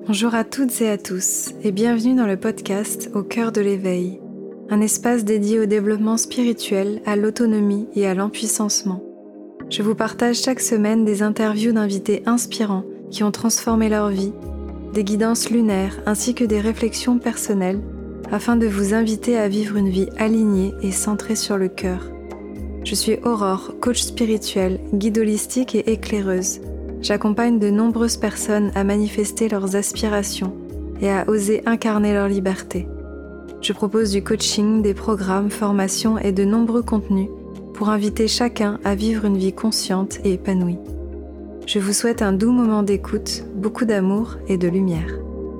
Bonjour à toutes et à tous et bienvenue dans le podcast Au cœur de l'éveil, un espace dédié au développement spirituel, à l'autonomie et à l'empuissancement. Je vous partage chaque semaine des interviews d'invités inspirants qui ont transformé leur vie, des guidances lunaires ainsi que des réflexions personnelles afin de vous inviter à vivre une vie alignée et centrée sur le cœur. Je suis Aurore, coach spirituelle, guide holistique et éclaireuse. J'accompagne de nombreuses personnes à manifester leurs aspirations et à oser incarner leur liberté. Je propose du coaching, des programmes, formations et de nombreux contenus pour inviter chacun à vivre une vie consciente et épanouie. Je vous souhaite un doux moment d'écoute, beaucoup d'amour et de lumière.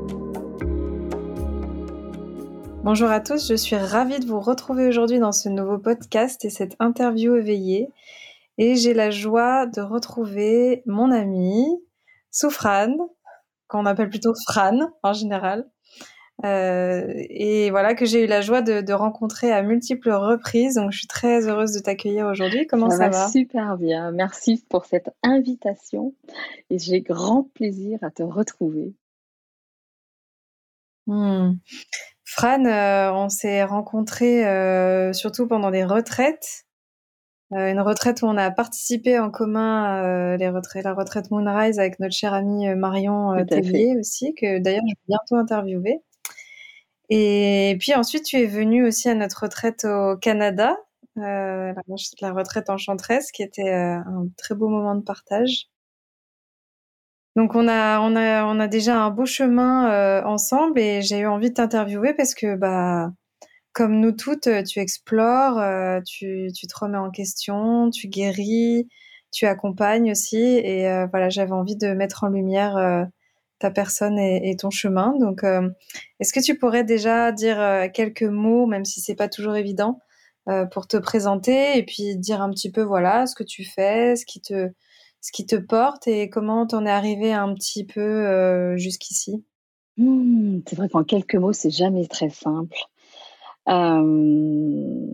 Bonjour à tous, je suis ravie de vous retrouver aujourd'hui dans ce nouveau podcast et cette interview éveillée. Et j'ai la joie de retrouver mon amie Soufrane, qu'on appelle plutôt Fran en général, et voilà, que j'ai eu la joie de rencontrer à multiples reprises. Donc je suis très heureuse de t'accueillir aujourd'hui. Comment ça va? Super bien, merci pour cette invitation et j'ai grand plaisir à te retrouver. Fran, on s'est rencontrés surtout pendant des retraites. Une retraite où on a participé en commun, la retraite Moonrise avec notre chère amie Marion Tout à fait. Tellier aussi, que d'ailleurs je vais bientôt interviewer. Et puis ensuite, tu es venue aussi à notre retraite au Canada, la retraite Enchanteresse, qui était un très beau moment de partage. Donc on a déjà un beau chemin ensemble et j'ai eu envie de t'interviewer parce que comme nous toutes, tu explores, tu te remets en question, tu guéris, tu accompagnes aussi. Et voilà, j'avais envie de mettre en lumière ta personne et ton chemin. Donc, est-ce que tu pourrais déjà dire quelques mots, même si c'est pas toujours évident, pour te présenter et puis dire un petit peu, voilà, ce que tu fais, ce qui te porte et comment t'en es arrivé un petit peu jusqu'ici. C'est vrai qu'en quelques mots, c'est jamais très simple. Hem,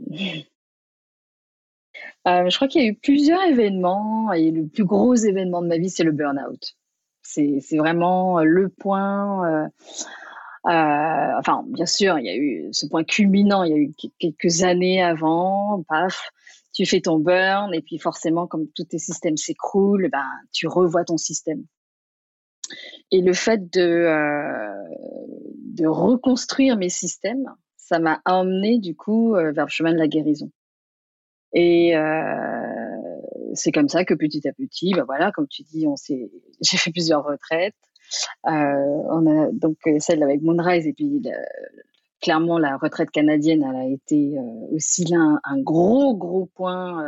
je crois qu'il y a eu plusieurs événements et le plus gros événement de ma vie, c'est le burn-out. C'est vraiment le point, enfin, bien sûr, il y a eu ce point culminant, il y a eu quelques années avant, paf, tu fais ton burn et puis forcément, comme tous tes systèmes s'écroulent, ben, tu revois ton système. Et le fait de reconstruire mes systèmes, ça m'a emmenée du coup vers le chemin de la guérison. Et c'est comme ça que petit à petit, bah voilà, comme tu dis, j'ai fait plusieurs retraites. On a donc celle avec Moonrise et puis clairement la retraite canadienne, elle a été aussi là un gros point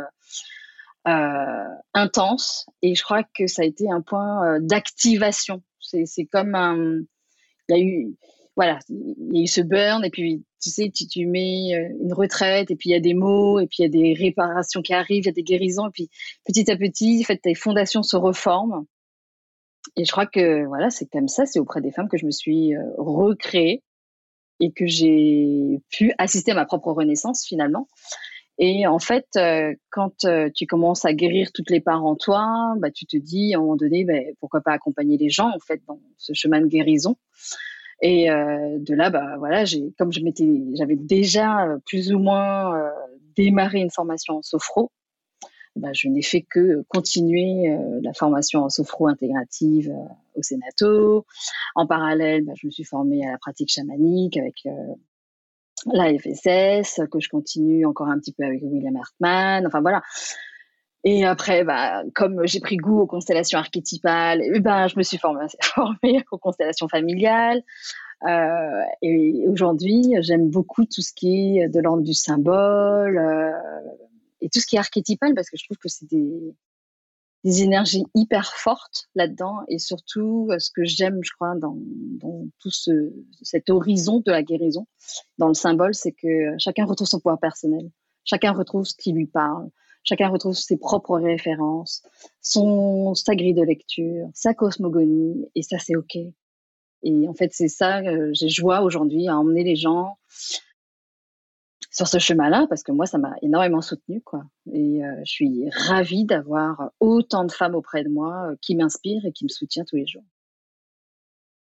intense. Et je crois que ça a été un point d'activation. C'est comme il y a eu, voilà, il y a eu ce burn et puis tu sais, tu mets une retraite et puis il y a des mots et puis il y a des réparations qui arrivent, il y a des guérisons et puis petit à petit, en fait, tes fondations se reforment. Et je crois que voilà, c'est comme ça, c'est auprès des femmes que je me suis recréée et que j'ai pu assister à ma propre renaissance finalement. Et en fait, quand tu commences à guérir toutes les parts en toi, bah, tu te dis à un moment donné, bah, pourquoi pas accompagner les gens en fait dans ce chemin de guérison. Et de là, bah voilà, comme j'avais déjà plus ou moins démarré une formation en sophro, bah, je n'ai fait que continuer la formation en sophro intégrative au Sénato. En parallèle, bah, je me suis formée à la pratique chamanique avec la FSS, que je continue encore un petit peu avec William Hartman. Enfin voilà. Et après, bah, comme j'ai pris goût aux constellations archétypales, ben, je me suis formée aux constellations familiales. Et aujourd'hui, j'aime beaucoup tout ce qui est de l'ordre du symbole et tout ce qui est archétypal parce que je trouve que c'est des énergies hyper fortes là-dedans. Et surtout, ce que j'aime, je crois, dans tout cet horizon de la guérison, dans le symbole, c'est que chacun retrouve son pouvoir personnel. Chacun retrouve ce qui lui parle. Chacun retrouve ses propres références, sa grille de lecture, sa cosmogonie. Et ça, c'est OK. Et en fait, c'est ça, j'ai joie aujourd'hui à emmener les gens sur ce chemin-là parce que moi, ça m'a énormément soutenue, quoi. Et je suis ravie d'avoir autant de femmes auprès de moi qui m'inspirent et qui me soutiennent tous les jours.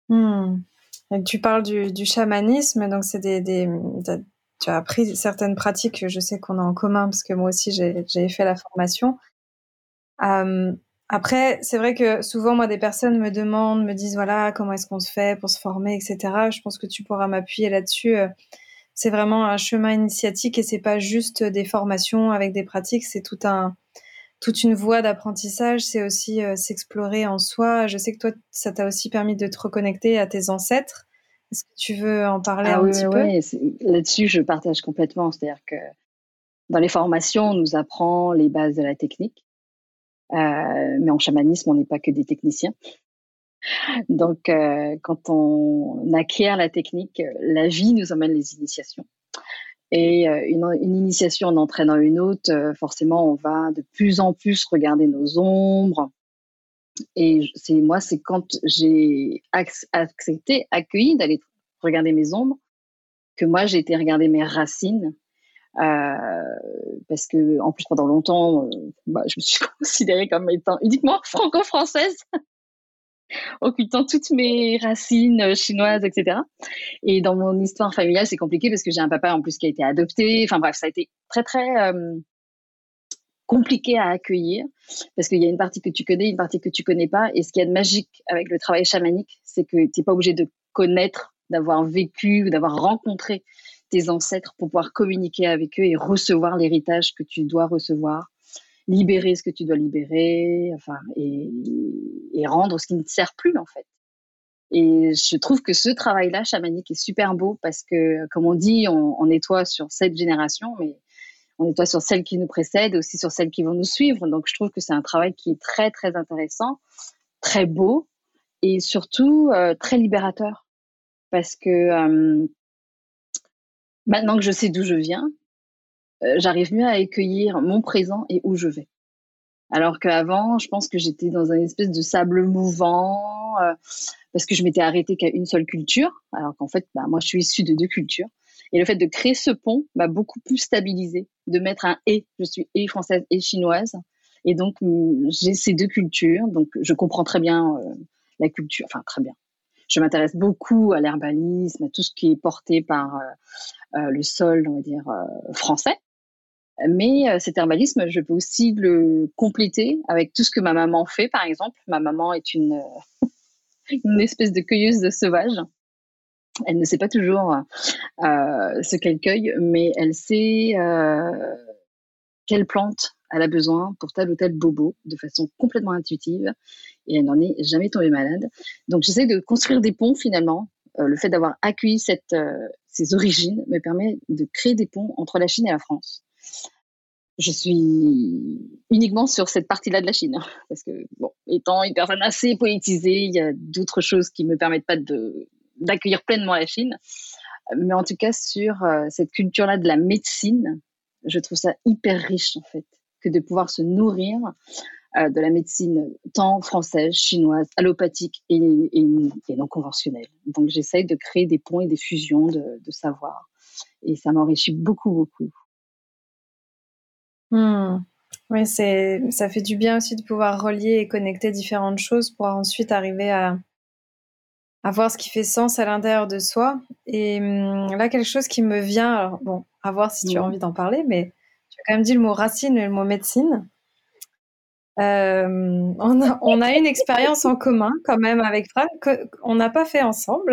Hmm. Et tu parles du chamanisme, donc c'est tu as appris certaines pratiques que je sais qu'on a en commun, parce que moi aussi j'ai fait la formation. Euh, Après, c'est vrai que souvent, moi, des personnes me demandent, me disent, voilà, comment est-ce qu'on se fait pour se former, etc. Je pense que tu pourras m'appuyer là-dessus. C'est vraiment un chemin initiatique et c'est pas juste des formations avec des pratiques, c'est toute une voie d'apprentissage. C'est aussi s'explorer en soi. Je sais que toi, ça t'a aussi permis de te reconnecter à tes ancêtres. Est-ce que tu veux en parler Ah un oui, petit oui, peu? oui. Là-dessus, je partage complètement. C'est-à-dire que dans les formations, on nous apprend les bases de la technique. Mais en chamanisme, on n'est pas que des techniciens. Donc, quand on acquiert la technique, la vie nous emmène les initiations. Et une initiation en entraînant une autre, forcément, on va de plus en plus regarder nos ombres. Et c'est quand j'ai accepté, accueilli d'aller regarder mes ombres, que moi, j'ai été regarder mes racines. Parce que, en plus, pendant longtemps, je me suis considérée comme étant uniquement franco-française, occultant toutes mes racines chinoises, etc. Et dans mon histoire familiale, c'est compliqué parce que j'ai un papa en plus qui a été adopté. Enfin bref, ça a été très très compliqué à accueillir parce qu'il y a une partie que tu connais, une partie que tu connais pas. Et ce qu'il y a de magique avec le travail chamanique, c'est que tu n'es pas obligé de connaître, d'avoir vécu ou d'avoir rencontré tes ancêtres pour pouvoir communiquer avec eux et recevoir l'héritage que tu dois recevoir, libérer ce que tu dois libérer, enfin, et rendre ce qui ne te sert plus en fait. Et je trouve que ce travail-là, chamanique, est super beau parce que, comme on dit, on nettoie sur cette génération, mais on nettoie sur celles qui nous précèdent, aussi sur celles qui vont nous suivre. Donc, je trouve que c'est un travail qui est très, très intéressant, très beau et surtout très libérateur. Parce que maintenant que je sais d'où je viens, j'arrive mieux à accueillir mon présent et où je vais. Alors qu'avant, je pense que j'étais dans un espèce de sable mouvant, parce que je m'étais arrêtée qu'à une seule culture, alors qu'en fait, moi, je suis issue de deux cultures. Et le fait de créer ce pont m'a beaucoup plus stabilisée, de mettre un et. Je suis et française et chinoise. Et donc, j'ai ces deux cultures. Donc, je comprends très bien la culture, enfin, très bien. Je m'intéresse beaucoup à l'herbalisme, à tout ce qui est porté par le sol, on va dire, français. Mais cet herbalisme, je peux aussi le compléter avec tout ce que ma maman fait, par exemple. Ma maman est une espèce de cueilleuse de sauvage. Elle ne sait pas toujours ce qu'elle cueille, mais elle sait quelle plante elle a besoin pour tel ou tel bobo de façon complètement intuitive et elle n'en est jamais tombée malade. Donc j'essaie de construire des ponts finalement. Le fait d'avoir accueilli ces origines me permet de créer des ponts entre la Chine et la France. Je suis uniquement sur cette partie-là de la Chine. Parce que, bon, étant une personne assez politisée, il y a d'autres choses qui ne me permettent pas d'accueillir pleinement la Chine. Mais en tout cas, sur cette culture-là de la médecine, je trouve ça hyper riche, en fait, que de pouvoir se nourrir de la médecine tant française, chinoise, allopathique et non conventionnelle. Donc, j'essaye de créer des ponts et des fusions de savoir. Et ça m'enrichit beaucoup, beaucoup. Oui, ça fait du bien aussi de pouvoir relier et connecter différentes choses pour ensuite arriver à voir ce qui fait sens à l'intérieur de soi. Et là, quelque chose qui me vient, alors bon, à voir si tu as envie d'en parler, mais tu as quand même dit le mot racine et le mot médecine. On a une expérience en commun quand même avec Fran qu'on n'a pas fait ensemble.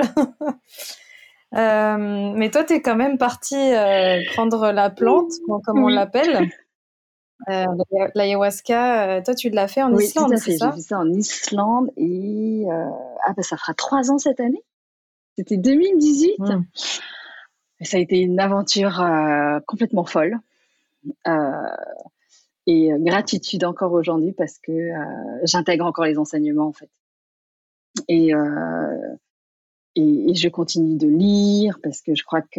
Mais toi, tu es quand même partie prendre la plante, comme on Oui. l'appelle. L'ayahuasca, toi, tu l'as fait en Oui, tout Islande, à c'est fait. J'ai ça? vu ça en Islande et ça fera 3 ans cette année. C'était 2018. Mm. Et ça a été une aventure complètement folle. Euh, et gratitude encore aujourd'hui parce que j'intègre encore les enseignements en fait. Et, euh, et je continue de lire parce que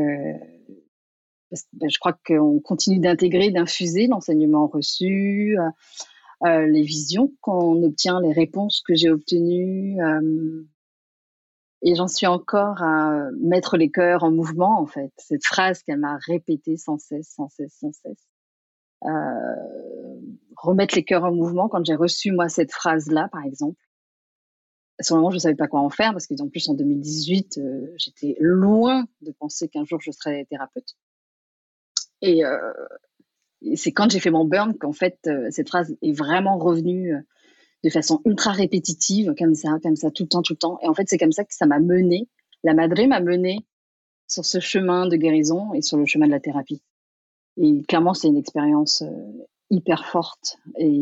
je crois qu'on continue d'intégrer, d'infuser l'enseignement reçu, les visions qu'on obtient, les réponses que j'ai obtenues. Et j'en suis encore à mettre les cœurs en mouvement, en fait. Cette phrase qu'elle m'a répétée sans cesse, sans cesse, sans cesse. Remettre les cœurs en mouvement quand j'ai reçu, moi, cette phrase-là, par exemple. sur le moment, je ne savais pas quoi en faire parce qu'en plus, en 2018, j'étais loin de penser qu'un jour je serais thérapeute. Et c'est quand j'ai fait mon burn qu'en fait, cette phrase est vraiment revenue de façon ultra répétitive, comme ça, tout le temps, tout le temps. Et en fait, c'est comme ça que ça m'a menée. La madré m'a menée sur ce chemin de guérison et sur le chemin de la thérapie. Et clairement, c'est une expérience hyper forte.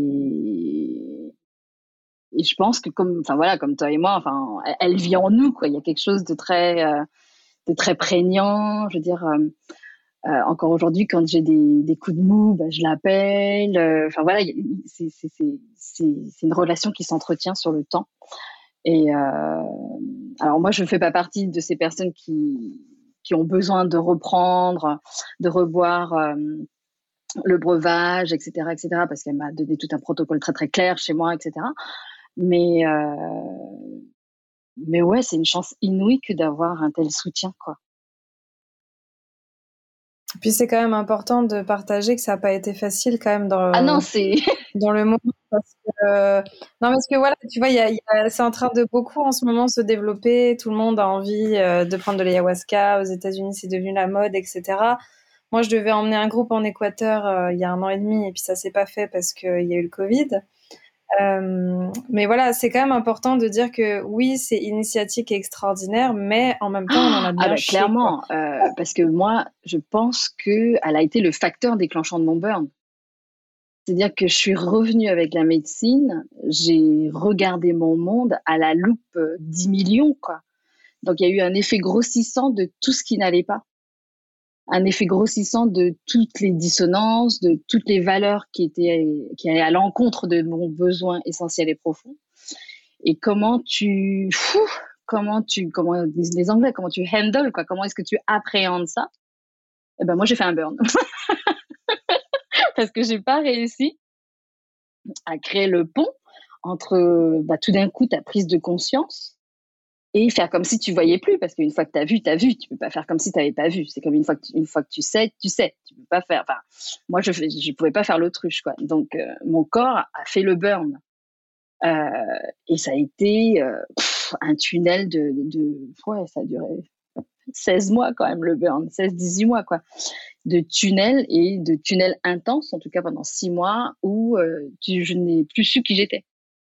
Et je pense que comme toi et moi, elle vit en nous, quoi. Il y a quelque chose de très prégnant. Je veux dire, encore aujourd'hui, quand j'ai des coups de mou, je l'appelle. C'est une relation qui s'entretient sur le temps. Et alors moi, je ne fais pas partie de ces personnes qui ont besoin de reprendre, de revoir le breuvage, etc., parce qu'elle m'a donné tout un protocole très très clair chez moi, etc. Mais ouais, c'est une chance inouïe que d'avoir un tel soutien, quoi. Puis c'est quand même important de partager que ça n'a pas été facile quand même Ah non, c'est dans le moment parce que voilà, tu vois, c'est en train de beaucoup en ce moment se développer. Tout le monde a envie de prendre de l'ayahuasca. Aux États-Unis, c'est devenu la mode, etc. Moi, je devais emmener un groupe en Équateur il y a 1 an et demi, et puis ça s'est pas fait parce qu'il y a eu le Covid. Mais voilà, c'est quand même important de dire que oui, c'est initiatique et extraordinaire, mais en même temps, on en a bien chié, clairement, quoi. parce que moi, je pense qu'elle a été le facteur déclenchant de mon burn. C'est-à-dire que je suis revenue avec la médecine, j'ai regardé mon monde à la loupe 10 millions, quoi. Donc, il y a eu un effet grossissant de tout ce qui n'allait pas. Un effet grossissant de toutes les dissonances, de toutes les valeurs qui allaient à l'encontre de mon besoin essentiel et profond. Et comment disent les Anglais, comment tu handle, quoi, comment est-ce que tu appréhendes ça? Eh ben, moi, j'ai fait un burn. Parce que j'ai pas réussi à créer le pont entre, tout d'un coup, ta prise de conscience et faire comme si tu voyais plus, parce qu'une fois que t'as vu, tu peux pas faire comme si t'avais pas vu. C'est comme une fois que tu sais, tu peux pas faire. Enfin, moi, je pouvais pas faire l'autruche, quoi. Donc, mon corps a fait le burn, et ça a été un tunnel ouais, ça a duré 16 mois quand même, le burn, 18 mois, quoi, de tunnel et de tunnel intense, en tout cas pendant 6 mois où je n'ai plus su qui j'étais.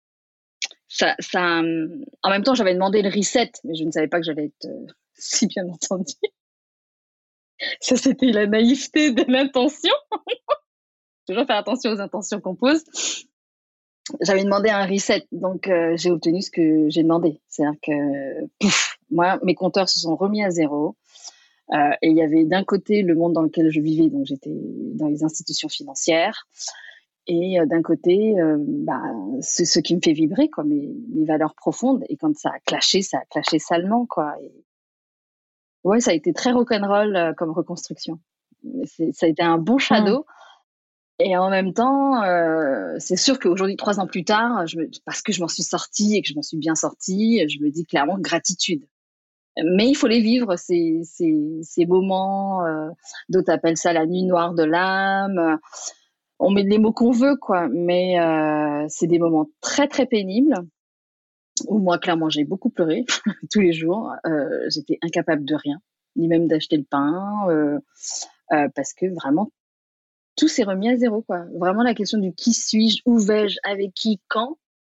En même temps, j'avais demandé le reset, mais je ne savais pas que j'allais être si bien entendue. Ça, c'était la naïveté de l'intention. Toujours faire attention aux intentions qu'on pose. J'avais demandé un reset, donc j'ai obtenu ce que j'ai demandé. C'est-à-dire que, moi, mes compteurs se sont remis à zéro. Et il y avait d'un côté le monde dans lequel je vivais, donc j'étais dans les institutions financières. Et d'un côté, c'est ce qui me fait vibrer, quoi, mes valeurs profondes. Et quand ça a clashé salement, quoi. Et ouais, ça a été très rock'n'roll comme reconstruction. Ça a été un bon shadow. Et en même temps, c'est sûr qu'aujourd'hui, 3 ans plus tard, parce que je m'en suis sortie et que je m'en suis bien sortie, je me dis clairement gratitude. Mais il faut les vivre, ces moments, d'autres appellent ça la nuit noire de l'âme. On met les mots qu'on veut, quoi, mais c'est des moments très très pénibles où moi clairement j'ai beaucoup pleuré tous les jours. J'étais incapable de rien, ni même d'acheter le pain, parce que vraiment tout s'est remis à zéro, quoi. Vraiment la question du qui suis-je, où vais-je, avec qui, quand,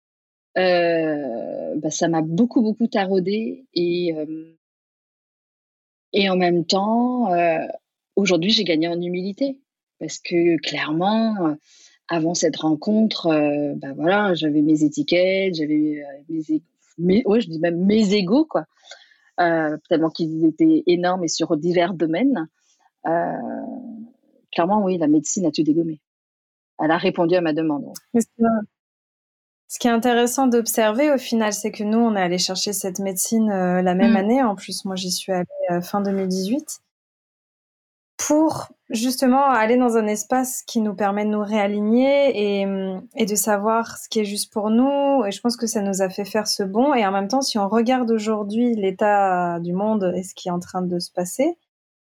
ça m'a beaucoup beaucoup taraudée et en même temps aujourd'hui j'ai gagné en humilité parce que clairement avant cette rencontre, voilà, j'avais mes étiquettes, j'avais je dis même mes égos, quoi, tellement qu'ils étaient énormes et sur divers domaines. Clairement, oui, la médecine a tout dégommé. Elle a répondu à ma demande. Ce qui est intéressant d'observer au final, c'est que nous, on est allé chercher cette médecine la même année. En plus, moi, j'y suis allée fin 2018 pour justement aller dans un espace qui nous permet de nous réaligner et de savoir ce qui est juste pour nous. Et je pense que ça nous a fait faire ce bond. Et en même temps, si on regarde aujourd'hui l'état du monde et ce qui est en train de se passer,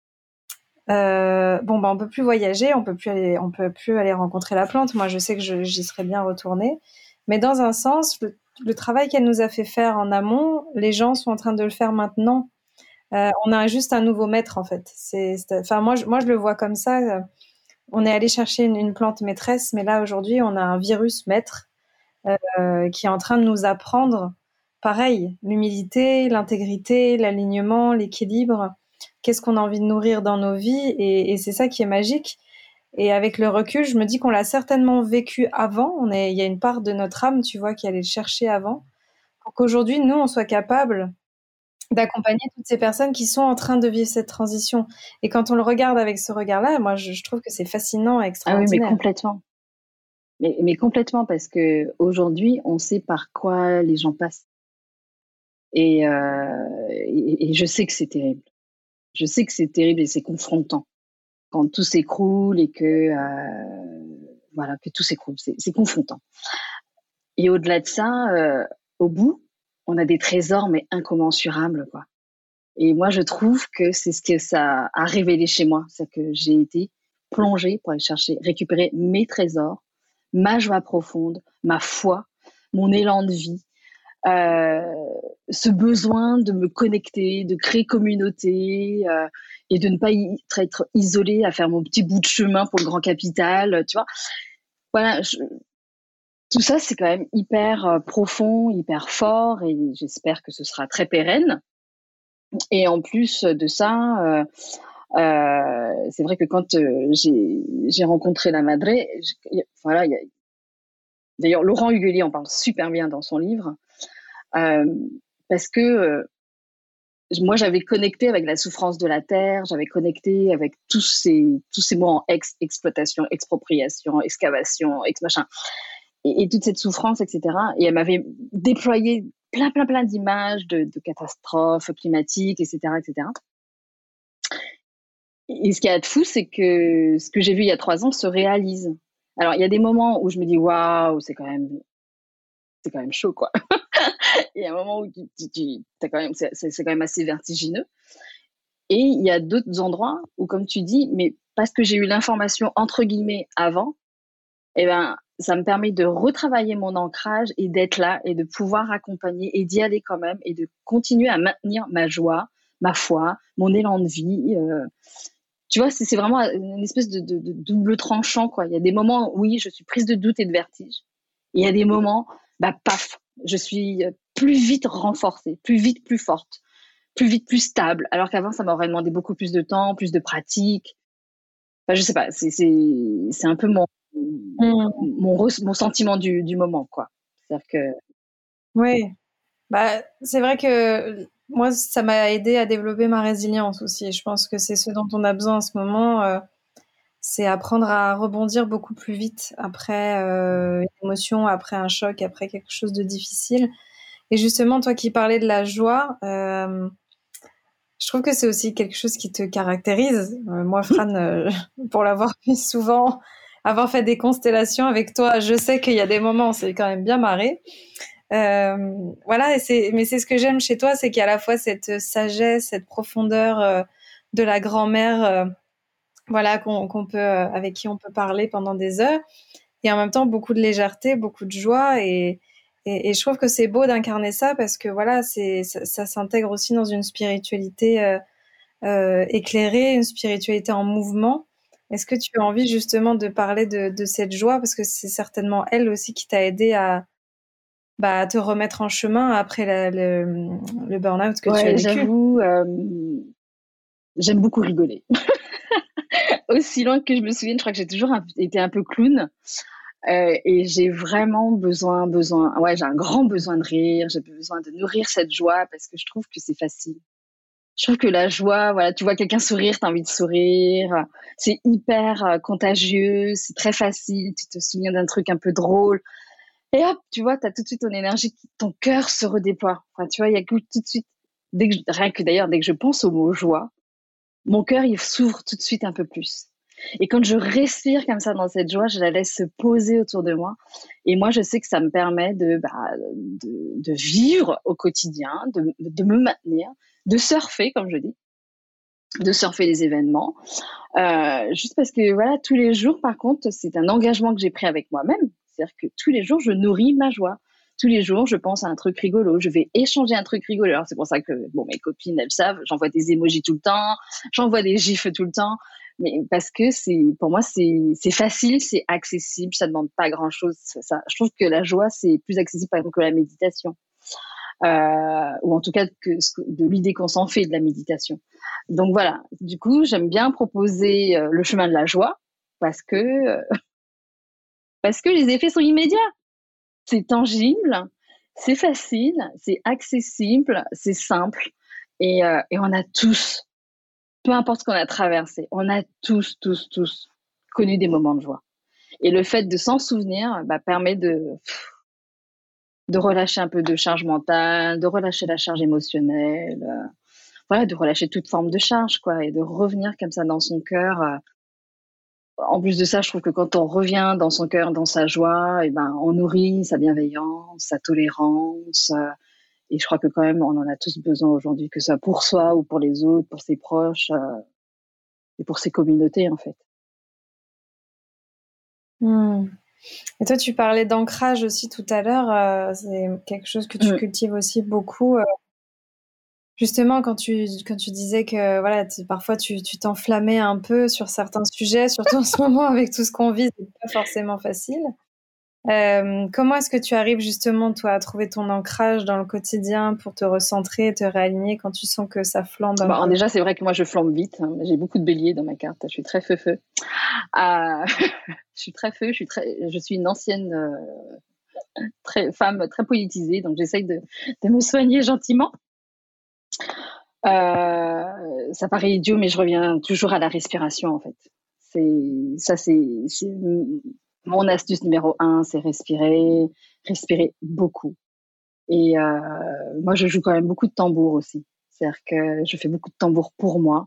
on peut plus voyager, on peut plus aller rencontrer la plante. Moi, je sais que j'y serais bien retournée. Mais dans un sens, le travail qu'elle nous a fait faire en amont, les gens sont en train de le faire maintenant. On a juste un nouveau maître en fait. Enfin moi je le vois comme ça. On est allé chercher une plante maîtresse, mais là aujourd'hui on a un virus maître qui est en train de nous apprendre, pareil, l'humilité, l'intégrité, l'alignement, l'équilibre. Qu'est-ce qu'on a envie de nourrir dans nos vies, et c'est ça qui est magique. Et avec le recul, je me dis qu'on l'a certainement vécu avant. Il y a une part de notre âme, tu vois, qui allait le chercher avant, pour qu'aujourd'hui nous on soit capable d'accompagner toutes ces personnes qui sont en train de vivre cette transition. Et quand on le regarde avec ce regard-là, moi, je trouve que c'est fascinant et Ah oui, mais extraordinaire. complètement. Mais complètement, parce que aujourd'hui, on sait par quoi les gens passent. Et je sais que c'est terrible. Je sais que c'est terrible et c'est confrontant. Quand tout s'écroule et voilà, que tout s'écroule, c'est confrontant. Et au-delà de ça, au bout, on a des trésors, mais incommensurables, quoi. Et moi, je trouve que c'est ce que ça a révélé chez moi. C'est que j'ai été plongée pour aller chercher, récupérer mes trésors, ma joie profonde, ma foi, mon élan de vie, ce besoin de me connecter, de créer communauté et de ne pas être isolée à faire mon petit bout de chemin pour le grand capital, tu vois. Voilà, tout ça, c'est quand même hyper profond, hyper fort et j'espère que ce sera très pérenne. Et en plus de ça, c'est vrai que quand j'ai rencontré la Madre, voilà, d'ailleurs Laurent Huguelier en parle super bien dans son livre, parce que moi j'avais connecté avec la souffrance de la terre, j'avais connecté avec tous ces mots en exploitation, expropriation, excavation, machin, et toute cette souffrance, etc. Et elle m'avait déployé plein d'images de catastrophes climatiques, etc., etc. Et ce qu'il y a de fou, c'est que ce que j'ai vu il y a 3 ans se réalise. Alors, il y a des moments où je me dis, waouh, c'est quand même chaud, quoi. Il y a un moment où t'as quand même, c'est quand même assez vertigineux. Et il y a d'autres endroits où, comme tu dis, mais parce que j'ai eu l'information entre guillemets avant, eh ben, ça me permet de retravailler mon ancrage et d'être là et de pouvoir accompagner et d'y aller quand même et de continuer à maintenir ma joie, ma foi, mon élan de vie. Tu vois, c'est vraiment une espèce de double tranchant, quoi. Il y a des moments, oui, je suis prise de doute et de vertige. Et il y a des moments, bah, paf, je suis plus vite renforcée, plus vite plus forte, plus vite plus stable. Alors qu'avant, ça m'aurait demandé beaucoup plus de temps, plus de pratique. Enfin, je sais pas, c'est un peu mon sentiment du moment, quoi. C'est-à-dire que... Oui, bah, c'est vrai que moi, ça m'a aidé à développer ma résilience aussi. Je pense que c'est ce dont on a besoin en ce moment. C'est apprendre à rebondir beaucoup plus vite après une émotion, après un choc, après quelque chose de difficile. Et justement, toi qui parlais de la joie, je trouve que c'est aussi quelque chose qui te caractérise. Moi, Fran, pour l'avoir vu souvent, avoir fait des constellations avec toi, je sais qu'il y a des moments où c'est quand même bien marré. Voilà, mais c'est ce que j'aime chez toi, c'est qu'il y a à la fois cette sagesse, cette profondeur de la grand-mère, voilà, qu'on peut, avec qui on peut parler pendant des heures, et en même temps beaucoup de légèreté, beaucoup de joie, et je trouve que c'est beau d'incarner ça parce que voilà, ça s'intègre aussi dans une spiritualité éclairée, une spiritualité en mouvement. Est-ce que tu as envie justement de parler de cette joie, parce que c'est certainement elle aussi qui t'a aidé à te remettre en chemin après le burn-out que tu as Ouais, vécu. j'avoue, j'aime beaucoup rigoler. Aussi loin que je me souvienne, je crois que j'ai toujours été un peu clown. Et j'ai vraiment ouais, j'ai un grand besoin de rire, j'ai besoin de nourrir cette joie parce que je trouve que c'est facile. Je trouve que la joie, voilà, tu vois quelqu'un sourire, t'as envie de sourire. C'est hyper contagieux, c'est très facile. Tu te souviens d'un truc un peu drôle. Et hop, tu vois, t'as tout de suite ton énergie, ton cœur se redéploie. Enfin, tu vois, il y a que tout de suite, rien que d'ailleurs, dès que je pense au mot joie, mon cœur, il s'ouvre tout de suite un peu plus. Et quand je respire comme ça dans cette joie, je la laisse se poser autour de moi. Et moi, je sais que ça me permet de vivre au quotidien, de me maintenir, de surfer, comme je dis, de surfer les événements. Juste parce que, voilà, tous les jours, par contre, c'est un engagement que j'ai pris avec moi-même. C'est-à-dire que tous les jours, je nourris ma joie. tous les jours, je pense à un truc rigolo. Je vais échanger un truc rigolo. Alors, c'est pour ça que, bon, mes copines, elles savent, j'envoie des emojis tout le temps, j'envoie des gifs tout le temps. Mais parce que pour moi, c'est facile, c'est accessible, ça demande pas grand chose. Ça, je trouve que la joie, c'est plus accessible, par exemple, que la méditation. Ou en tout cas, de l'idée qu'on s'en fait de la méditation. Donc voilà. Du coup, j'aime bien proposer le chemin de la joie parce que, parce que les effets sont immédiats. C'est tangible, c'est facile, c'est accessible, c'est simple. Et on a tous, peu importe ce qu'on a traversé, on a tous connu des moments de joie. Et le fait de s'en souvenir permet de relâcher un peu de charge mentale, de relâcher la charge émotionnelle, voilà, de relâcher toute forme de charge, quoi, et de revenir comme ça dans son cœur. En plus de ça, je trouve que quand on revient dans son cœur, dans sa joie, on nourrit sa bienveillance, sa tolérance. Et je crois que quand même, on en a tous besoin aujourd'hui, que ce soit pour soi ou pour les autres, pour ses proches et pour ses communautés, en fait. Et toi, tu parlais d'ancrage aussi tout à l'heure. C'est quelque chose que tu cultives aussi beaucoup. Justement, quand tu disais que voilà, parfois tu t'enflammais un peu sur certains sujets, surtout en ce moment avec tout ce qu'on vit, c'est pas forcément facile. Comment est-ce que tu arrives justement, toi, à trouver ton ancrage dans le quotidien pour te recentrer, te réaligner quand tu sens que ça flambe un peu? Déjà, c'est vrai que moi, je flambe vite. Hein. J'ai beaucoup de béliers dans ma carte. Je suis très feu. Je suis très feu. Je suis une ancienne femme très politisée, donc j'essaye de me soigner gentiment. Ça paraît idiot, mais je reviens toujours à la respiration, en fait. C'est mon astuce numéro 1, c'est respirer beaucoup. Et moi, je joue quand même beaucoup de tambour aussi. C'est-à-dire que je fais beaucoup de tambour pour moi.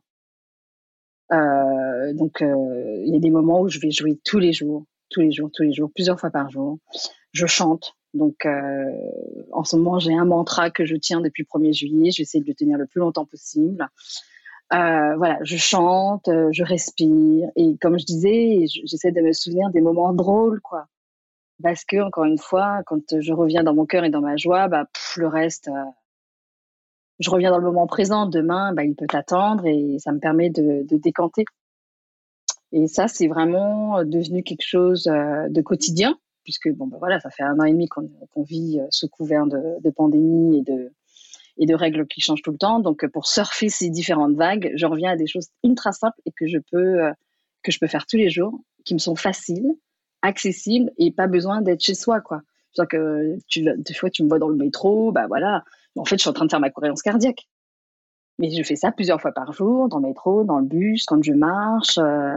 Donc, il y a des moments où je vais jouer tous les jours, plusieurs fois par jour. Je chante. Donc, en ce moment, j'ai un mantra que je tiens depuis le 1er juillet. J'essaie de le tenir le plus longtemps possible. Voilà, je chante, je respire. Et comme je disais, j'essaie de me souvenir des moments drôles, quoi. Parce que, encore une fois, quand je reviens dans mon cœur et dans ma joie, le reste, je reviens dans le moment présent. Demain, il peut attendre et ça me permet de décanter. Et ça, c'est vraiment devenu quelque chose de quotidien, puisque voilà, ça fait 1 an et demi qu'on vit sous couvert de pandémie et de règles qui changent tout le temps. Donc, pour surfer ces différentes vagues, je reviens à des choses ultra simples et que je peux faire tous les jours, qui me sont faciles, accessibles et pas besoin d'être chez soi, quoi. C'est-à-dire que des fois, tu me vois dans le métro, voilà. En fait, je suis en train de faire ma cohérence cardiaque. Mais je fais ça plusieurs fois par jour, dans le métro, dans le bus, quand je marche.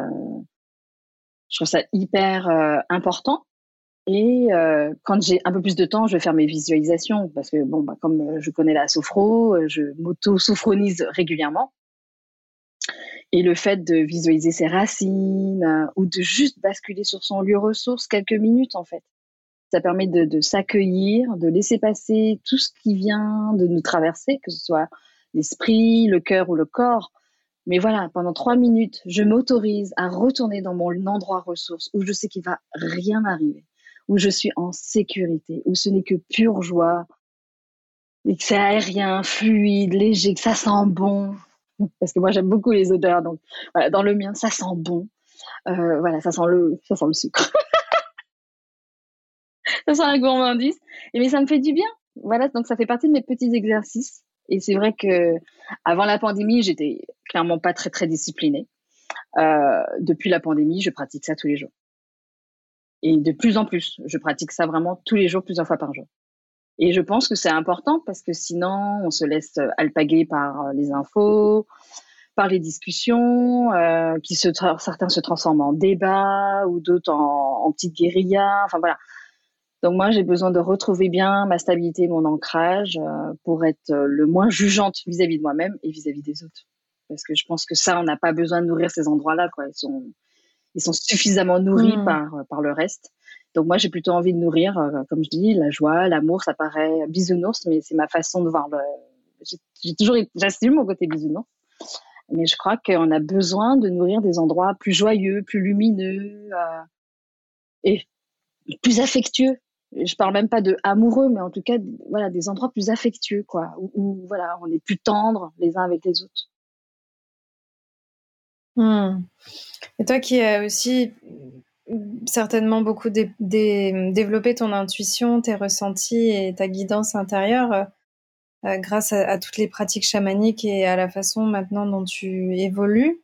Je trouve ça hyper important. Et quand j'ai un peu plus de temps, je vais faire mes visualisations parce que comme je connais la sophro, je m'auto-sophronise régulièrement. Et le fait de visualiser ses racines ou de juste basculer sur son lieu ressource quelques minutes, en fait, ça permet de s'accueillir, de laisser passer tout ce qui vient de nous traverser, que ce soit l'esprit, le cœur ou le corps. Mais voilà, pendant 3 minutes, je m'autorise à retourner dans mon endroit ressource où je sais qu'il va rien m'arriver, où je suis en sécurité, où ce n'est que pure joie, et que c'est aérien, fluide, léger, que ça sent bon. Parce que moi, j'aime beaucoup les odeurs. Donc, voilà, dans le mien, ça sent bon. Voilà, ça sent le sucre. Ça sent la gourmandise. Mais ça me fait du bien. Voilà, donc ça fait partie de mes petits exercices. Et c'est vrai que avant la pandémie, j'étais clairement pas très, très disciplinée. Depuis la pandémie, je pratique ça tous les jours. Et de plus en plus, je pratique ça vraiment tous les jours, plusieurs fois par jour. Et je pense que c'est important parce que sinon, on se laisse alpaguer par les infos, par les discussions, certains se transforment en débat ou d'autres en petites guérillas. Enfin voilà. Donc moi, j'ai besoin de retrouver bien ma stabilité, mon ancrage pour être le moins jugeante vis-à-vis de moi-même et vis-à-vis des autres. Parce que je pense que ça, on n'a pas besoin de nourrir ces endroits-là, quoi. Ils sont suffisamment nourris par le reste. Donc moi, j'ai plutôt envie de nourrir, comme je dis, la joie, l'amour. Ça paraît bisounours, mais c'est ma façon de voir j'assume mon côté bisounours. Mais je crois qu'on a besoin de nourrir des endroits plus joyeux, plus lumineux et plus affectueux. Je parle même pas de amoureux, mais en tout cas, voilà, des endroits plus affectueux, quoi, où voilà, on est plus tendres les uns avec les autres. Hmm. Et toi qui as aussi certainement beaucoup développé ton intuition, tes ressentis et ta guidance intérieure grâce à toutes les pratiques chamaniques et à la façon maintenant dont tu évolues.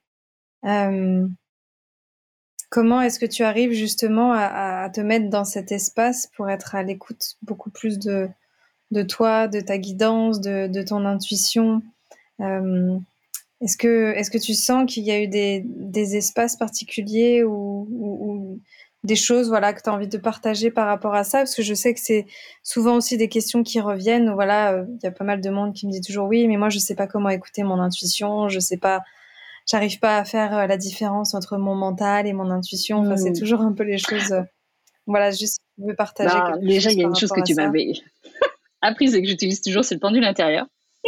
Comment est-ce que tu arrives justement à te mettre dans cet espace pour être à l'écoute beaucoup plus de toi, de ta guidance, de ton intuition? Est-ce que tu sens qu'il y a eu des espaces particuliers ou des choses voilà, que tu as envie de partager par rapport à ça? Parce que je sais que c'est souvent aussi des questions qui reviennent. Voilà, il y a pas mal de monde qui me dit toujours oui, mais moi je sais pas comment écouter mon intuition, je sais pas, j'arrive pas à faire la différence entre mon mental et mon intuition. Enfin, c'est toujours un peu les choses. Voilà, juste si tu veux partager Bah, quelque déjà, chose il y a par une chose rapport que à tu ça. m'avais appris, c'est que j'utilise toujours, c'est le pendule intérieur.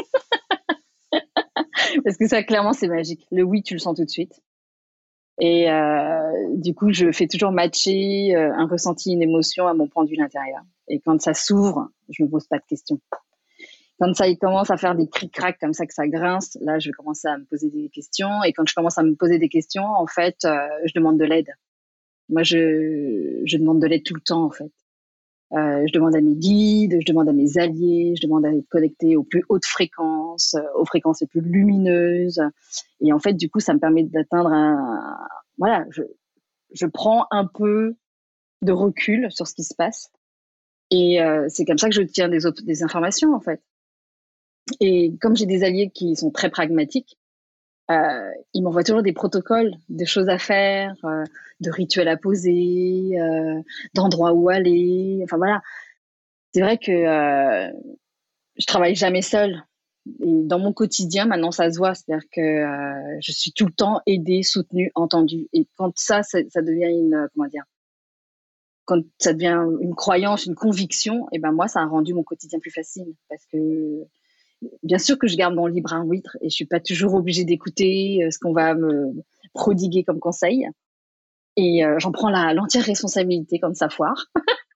Parce que ça, clairement, c'est magique. Le oui, tu le sens tout de suite. Et du coup, je fais toujours matcher un ressenti, une émotion à mon pendule intérieur. Et quand ça s'ouvre, je me pose pas de questions. Quand ça il commence à faire des cric-crac comme ça, que ça grince, là, je vais commencer à me poser des questions. Et quand je commence à me poser des questions, en fait, je demande de l'aide. Moi, je demande de l'aide tout le temps, en fait. Je demande à mes guides, je demande à mes alliés, je demande à être connecté aux plus hautes fréquences, aux fréquences les plus lumineuses. Et en fait, du coup, ça me permet d'atteindre un... Voilà, je prends un peu de recul sur ce qui se passe. Et c'est comme ça que je tiens des informations, en fait. Et comme j'ai des alliés qui sont très pragmatiques, ils m'envoient toujours des protocoles, de choses à faire, de rituels à poser, d'endroits où aller. Enfin voilà, c'est vrai que je travaille jamais seule. Et dans mon quotidien, maintenant, ça se voit. C'est-à-dire que je suis tout le temps aidée, soutenue, entendue. Et quand ça devient une, comment dire, quand ça devient une croyance, une conviction, et ben moi, ça a rendu mon quotidien plus facile. Parce que, bien sûr que je garde mon libre arbitre et je suis pas toujours obligée d'écouter ce qu'on va me prodiguer comme conseil. Et j'en prends l'entière responsabilité quand ça foire.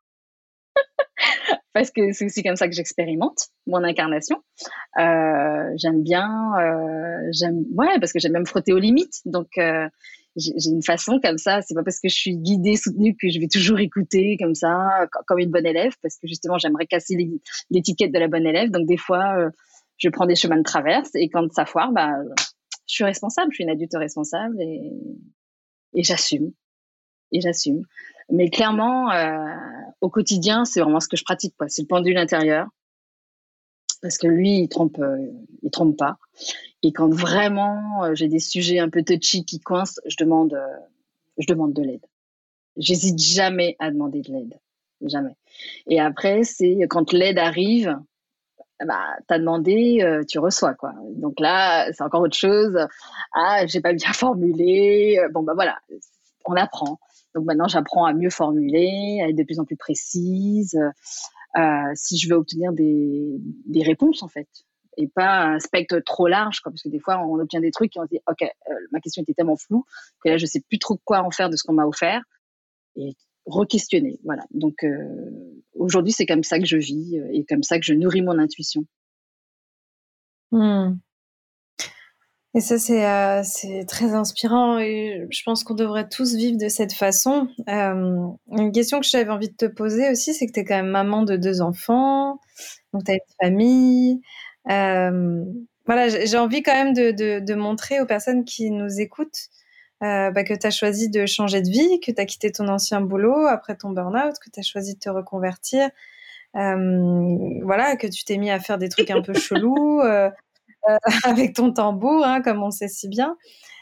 Parce que c'est aussi comme ça que j'expérimente mon incarnation. J'aime bien, ouais, parce que j'aime bien me frotter aux limites. Donc, j'ai une façon comme ça. C'est pas parce que je suis guidée, soutenue que je vais toujours écouter comme ça, comme une bonne élève, parce que justement, j'aimerais casser l'étiquette de la bonne élève. Donc, des fois, je prends des chemins de traverse et quand ça foire, bah, je suis responsable. Je suis une adulte responsable et j'assume. Et j'assume. Mais clairement, au quotidien, c'est vraiment ce que je pratique, quoi. C'est le pendule intérieur. Parce que lui, il trompe pas. Et quand vraiment j'ai des sujets un peu touchy qui coincent, je demande de l'aide. J'hésite jamais à demander de l'aide, jamais. Et après, c'est quand l'aide arrive, bah t'as demandé, tu reçois quoi. Donc là, c'est encore autre chose. Ah, j'ai pas bien formulé. Bon bah voilà, on apprend. Donc maintenant, j'apprends à mieux formuler, à être de plus en plus précise. Si je veux obtenir des réponses en fait et pas un spectre trop large quoi, parce que des fois on obtient des trucs et on se dit ok ma question était tellement floue que là je sais plus trop quoi en faire de ce qu'on m'a offert et re-questionner voilà donc aujourd'hui c'est comme ça que je vis et comme ça que je nourris mon intuition. Hmm. Et ça, c'est très inspirant et je pense qu'on devrait tous vivre de cette façon. Une question que j'avais envie de te poser aussi, c'est que tu es quand même maman de 2 enfants, donc tu as une famille. Voilà, j'ai envie quand même de montrer aux personnes qui nous écoutent que tu as choisi de changer de vie, que tu as quitté ton ancien boulot après ton burn-out, que tu as choisi de te reconvertir, voilà, que tu t'es mis à faire des trucs un peu chelous. Avec ton tambour, hein, comme on sait si bien.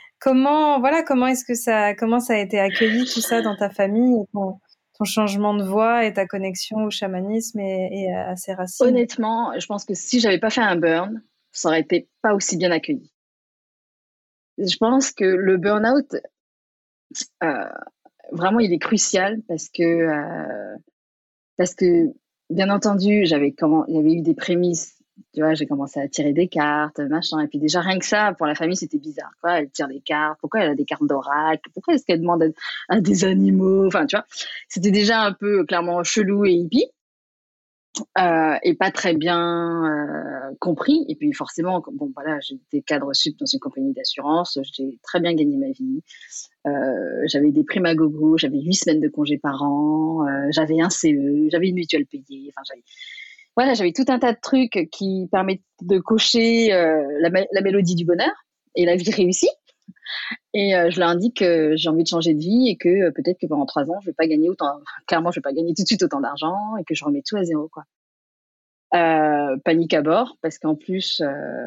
Comment ça a été accueilli tout ça dans ta famille, ton changement de voix et ta connexion au chamanisme et à ses racines? Honnêtement je pense que si j'avais pas fait un burn ça aurait été pas aussi bien accueilli. Je pense que le burn-out euh, vraiment il est crucial parce que bien entendu, il y avait eu des prémices Tu vois, j'ai commencé à tirer des cartes, machin. Et puis déjà, rien que ça, pour la famille, c'était bizarre. Quoi. Elle tire des cartes. Pourquoi elle a des cartes d'oracle? Pourquoi est-ce qu'elle demande à des animaux? Enfin, tu vois, c'était déjà un peu clairement chelou et hippie. Et pas très bien compris. Et puis forcément, bon voilà, j'étais cadre sup dans une compagnie d'assurance, j'ai très bien gagné ma vie. J'avais des primes à gogo, j'avais 8 semaines de congés par an, j'avais un CE, j'avais une mutuelle payée. Enfin, j'avais tout un tas de trucs qui permettent de cocher la mélodie du bonheur et la vie réussie. Et je leur indique que j'ai envie de changer de vie et que peut-être que pendant 3 ans, je vais pas gagner autant. Clairement, je vais pas gagner tout de suite autant d'argent et que je remets tout à zéro, quoi. Panique à bord, parce qu'en plus,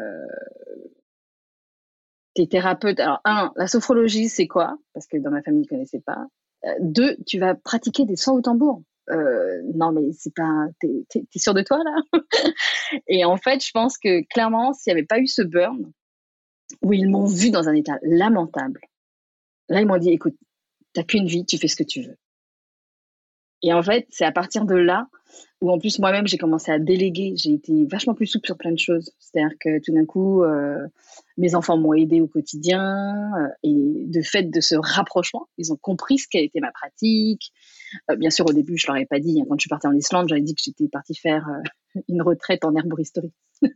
t'es thérapeute. Alors, la sophrologie, c'est quoi? Parce que dans ma famille, ils ne connaissaient pas. Deux, tu vas pratiquer des sons au tambour. Non, mais c'est pas. T'es sûr de toi, là? Et en fait, je pense que clairement, s'il n'y avait pas eu ce burn, où ils m'ont vu dans un état lamentable, là, ils m'ont dit, écoute, t'as qu'une vie, tu fais ce que tu veux. Et en fait, c'est à partir de là où en plus moi-même j'ai commencé à déléguer, j'ai été vachement plus souple sur plein de choses. C'est-à-dire que tout d'un coup, mes enfants m'ont aidé au quotidien et de fait de ce rapprochement, ils ont compris ce qu'a été ma pratique. Bien sûr, au début, je leur ai pas dit. Quand je suis partie en Islande, j'avais dit que j'étais partie faire une retraite en herboristerie.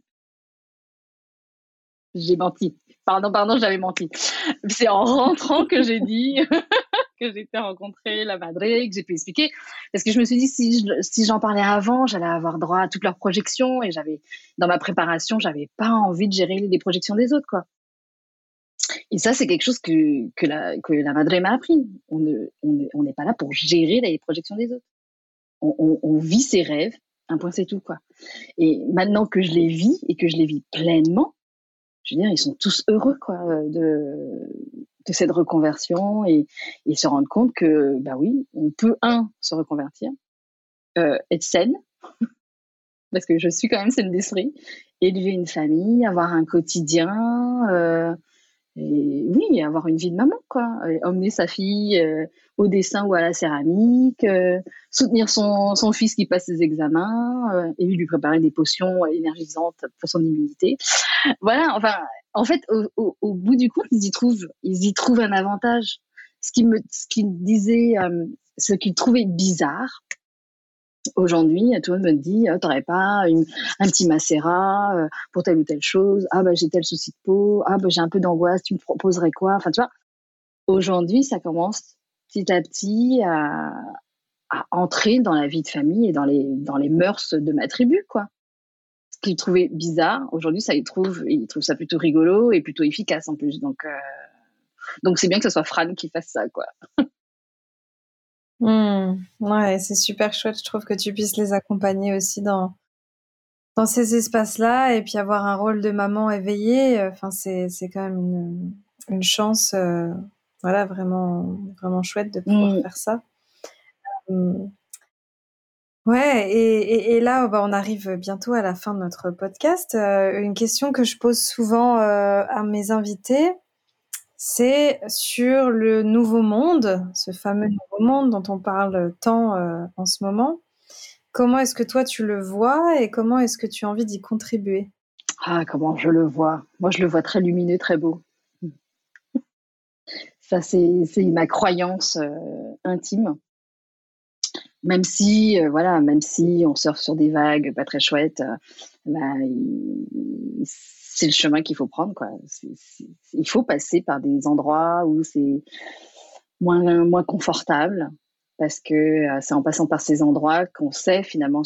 J'ai menti. Pardon, j'avais menti. C'est en rentrant que j'ai dit que j'ai fait rencontrer la Madre, que j'ai pu expliquer. Parce que je me suis dit, si j'en parlais avant, j'allais avoir droit à toutes leurs projections et dans ma préparation, j'avais pas envie de gérer les projections des autres, quoi. Et ça, c'est quelque chose que la Madre m'a appris. On n'est pas là pour gérer les projections des autres. On vit ses rêves, un point, c'est tout, quoi. Et maintenant que je les vis et que je les vis pleinement, je veux dire, ils sont tous heureux, quoi, de cette reconversion et se rendre compte que, bah oui, on peut, se reconvertir, être saine, parce que je suis quand même saine d'esprit, élever une famille, avoir un quotidien, et oui, avoir une vie de maman, quoi. Emmener sa fille au dessin ou à la céramique, soutenir son fils qui passe ses examens, et lui préparer des potions énergisantes pour son immunité. Voilà, enfin, en fait, au bout du compte, ils y trouvent un avantage. Ce qu'ils trouvaient bizarre, aujourd'hui, tout le monde me dit, t'aurais pas un petit macérat pour telle ou telle chose. Ah, bah, j'ai tel souci de peau. Ah, bah, j'ai un peu d'angoisse. Tu me proposerais quoi? Enfin, tu vois, aujourd'hui, ça commence petit à petit à entrer dans la vie de famille et dans les mœurs de ma tribu, quoi. Ce qu'ils trouvaient bizarre, aujourd'hui, ils trouvent ça plutôt rigolo et plutôt efficace en plus. Donc c'est bien que ce soit Fran qui fasse ça, quoi. Ouais, c'est super chouette. Je trouve que tu puisses les accompagner aussi dans ces espaces-là et puis avoir un rôle de maman éveillée. Enfin, c'est quand même une chance, voilà, vraiment, vraiment chouette de pouvoir faire ça. Ouais, et là, bah, on arrive bientôt à la fin de notre podcast. Une question que je pose souvent à mes invités, c'est sur le nouveau monde, ce fameux nouveau monde dont on parle tant en ce moment. Comment est-ce que toi tu le vois et comment est-ce que tu as envie d'y contribuer? Ah, comment je le vois. Moi, je le vois très lumineux, très beau. Ça, c'est ma croyance intime. Même si on surfe sur des vagues pas très chouettes, bah, c'est le chemin qu'il faut prendre, quoi. Il faut passer par des endroits où c'est moins confortable, parce que c'est en passant par ces endroits qu'on sait finalement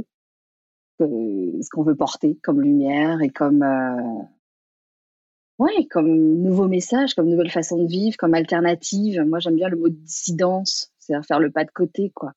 ce qu'on veut porter comme lumière et comme nouveau message, comme nouvelle façon de vivre, comme alternative. Moi, j'aime bien le mot dissidence, c'est-à-dire faire le pas de côté, quoi.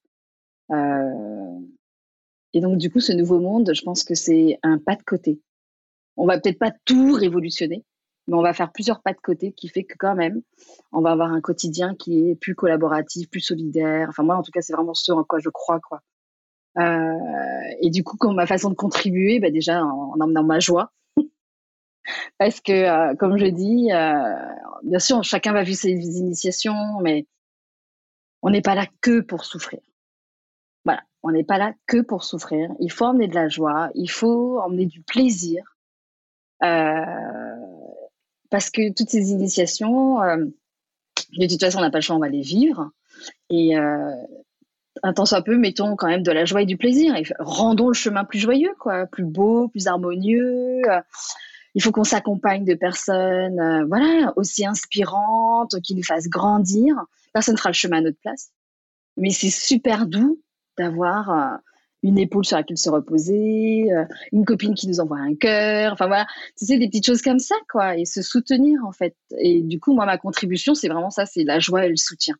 Et donc, du coup, ce nouveau monde, je pense que c'est un pas de côté. On va peut-être pas tout révolutionner, mais on va faire plusieurs pas de côté qui fait que quand même, on va avoir un quotidien qui est plus collaboratif, plus solidaire. Enfin, moi, en tout cas, c'est vraiment ce en quoi je crois, quoi. Et du coup, comme ma façon de contribuer, bah déjà en emmenant ma joie, parce que, comme je dis, bien sûr, chacun va vivre ses initiations, mais on n'est pas là que pour souffrir. Voilà, on n'est pas là que pour souffrir. Il faut emmener de la joie, il faut emmener du plaisir. Euh, Parce que toutes ces initiations, de toute façon, on n'a pas le choix, on va les vivre. Et un temps soit peu, mettons quand même de la joie et du plaisir. Et rendons le chemin plus joyeux, quoi, plus beau, plus harmonieux. Il faut qu'on s'accompagne de personnes, voilà, aussi inspirantes, qui nous fassent grandir. Personne ne fera le chemin à notre place. Mais c'est super doux d'avoir une épaule sur laquelle se reposer, une copine qui nous envoie un cœur, enfin voilà, tu sais, des petites choses comme ça, quoi, et se soutenir, en fait. Et du coup, moi, ma contribution, c'est vraiment ça, c'est la joie et le soutien.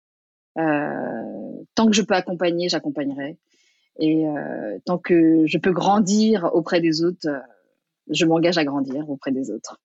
Tant que je peux accompagner, j'accompagnerai. Et tant que je peux grandir auprès des autres, je m'engage à grandir auprès des autres.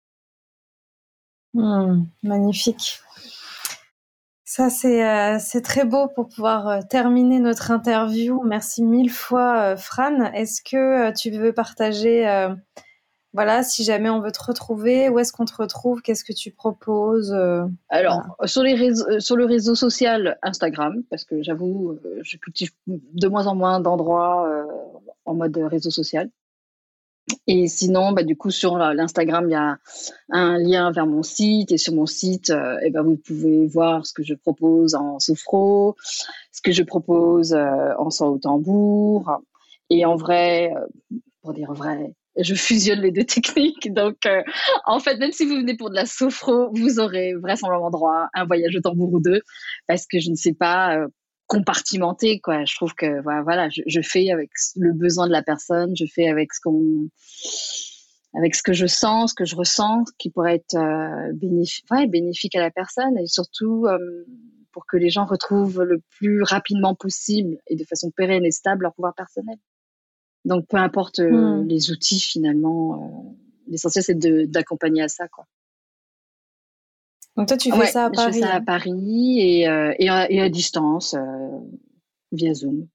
Magnifique. Ça, c'est très beau pour pouvoir terminer notre interview. Merci mille fois, Fran. Est-ce que tu veux partager, voilà, si jamais on veut te retrouver, où est-ce qu'on te retrouve? Qu'est-ce que tu proposes? Alors, Voilà. sur le réseau social Instagram, parce que j'avoue, je cultive de moins en moins d'endroits en mode réseau social. Et sinon, bah, du coup, sur l'Instagram, il y a un lien vers mon site. Et sur mon site, eh ben, vous pouvez voir ce que je propose en sophro, ce que je propose en son au tambour. Et en vrai, pour dire vrai, je fusionne les deux techniques. Donc, en fait, même si vous venez pour de la sophro, vous aurez vraisemblablement droit à un voyage au tambour ou deux, parce que je ne sais pas compartimenter, quoi. Je trouve que voilà, je fais avec le besoin de la personne, je fais avec avec ce que je sens, ce que je ressens, qui pourrait être bénéfique à la personne, et surtout pour que les gens retrouvent le plus rapidement possible et de façon pérenne et stable leur pouvoir personnel. Donc, peu importe les outils, finalement, l'essentiel, c'est d'accompagner à ça, quoi. Donc toi, tu fais ça à Je fais Paris, ça à hein? Paris et à distance, via Zoom.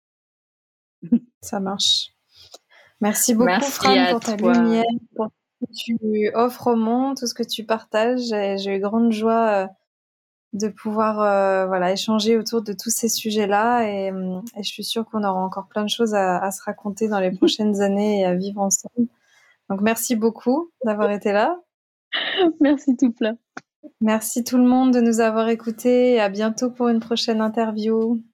Ça marche. Merci beaucoup, Merci Fran, à pour ta toi. lumière, pour ce que tu offres au monde, tout ce que tu partages. Et j'ai eu grande joie de pouvoir voilà, échanger autour de tous ces sujets-là. Et je suis sûre qu'on aura encore plein de choses à se raconter dans les prochaines années et à vivre ensemble. Donc, merci beaucoup d'avoir été là. Merci tout plein. Merci tout le monde de nous avoir écoutés et à bientôt pour une prochaine interview.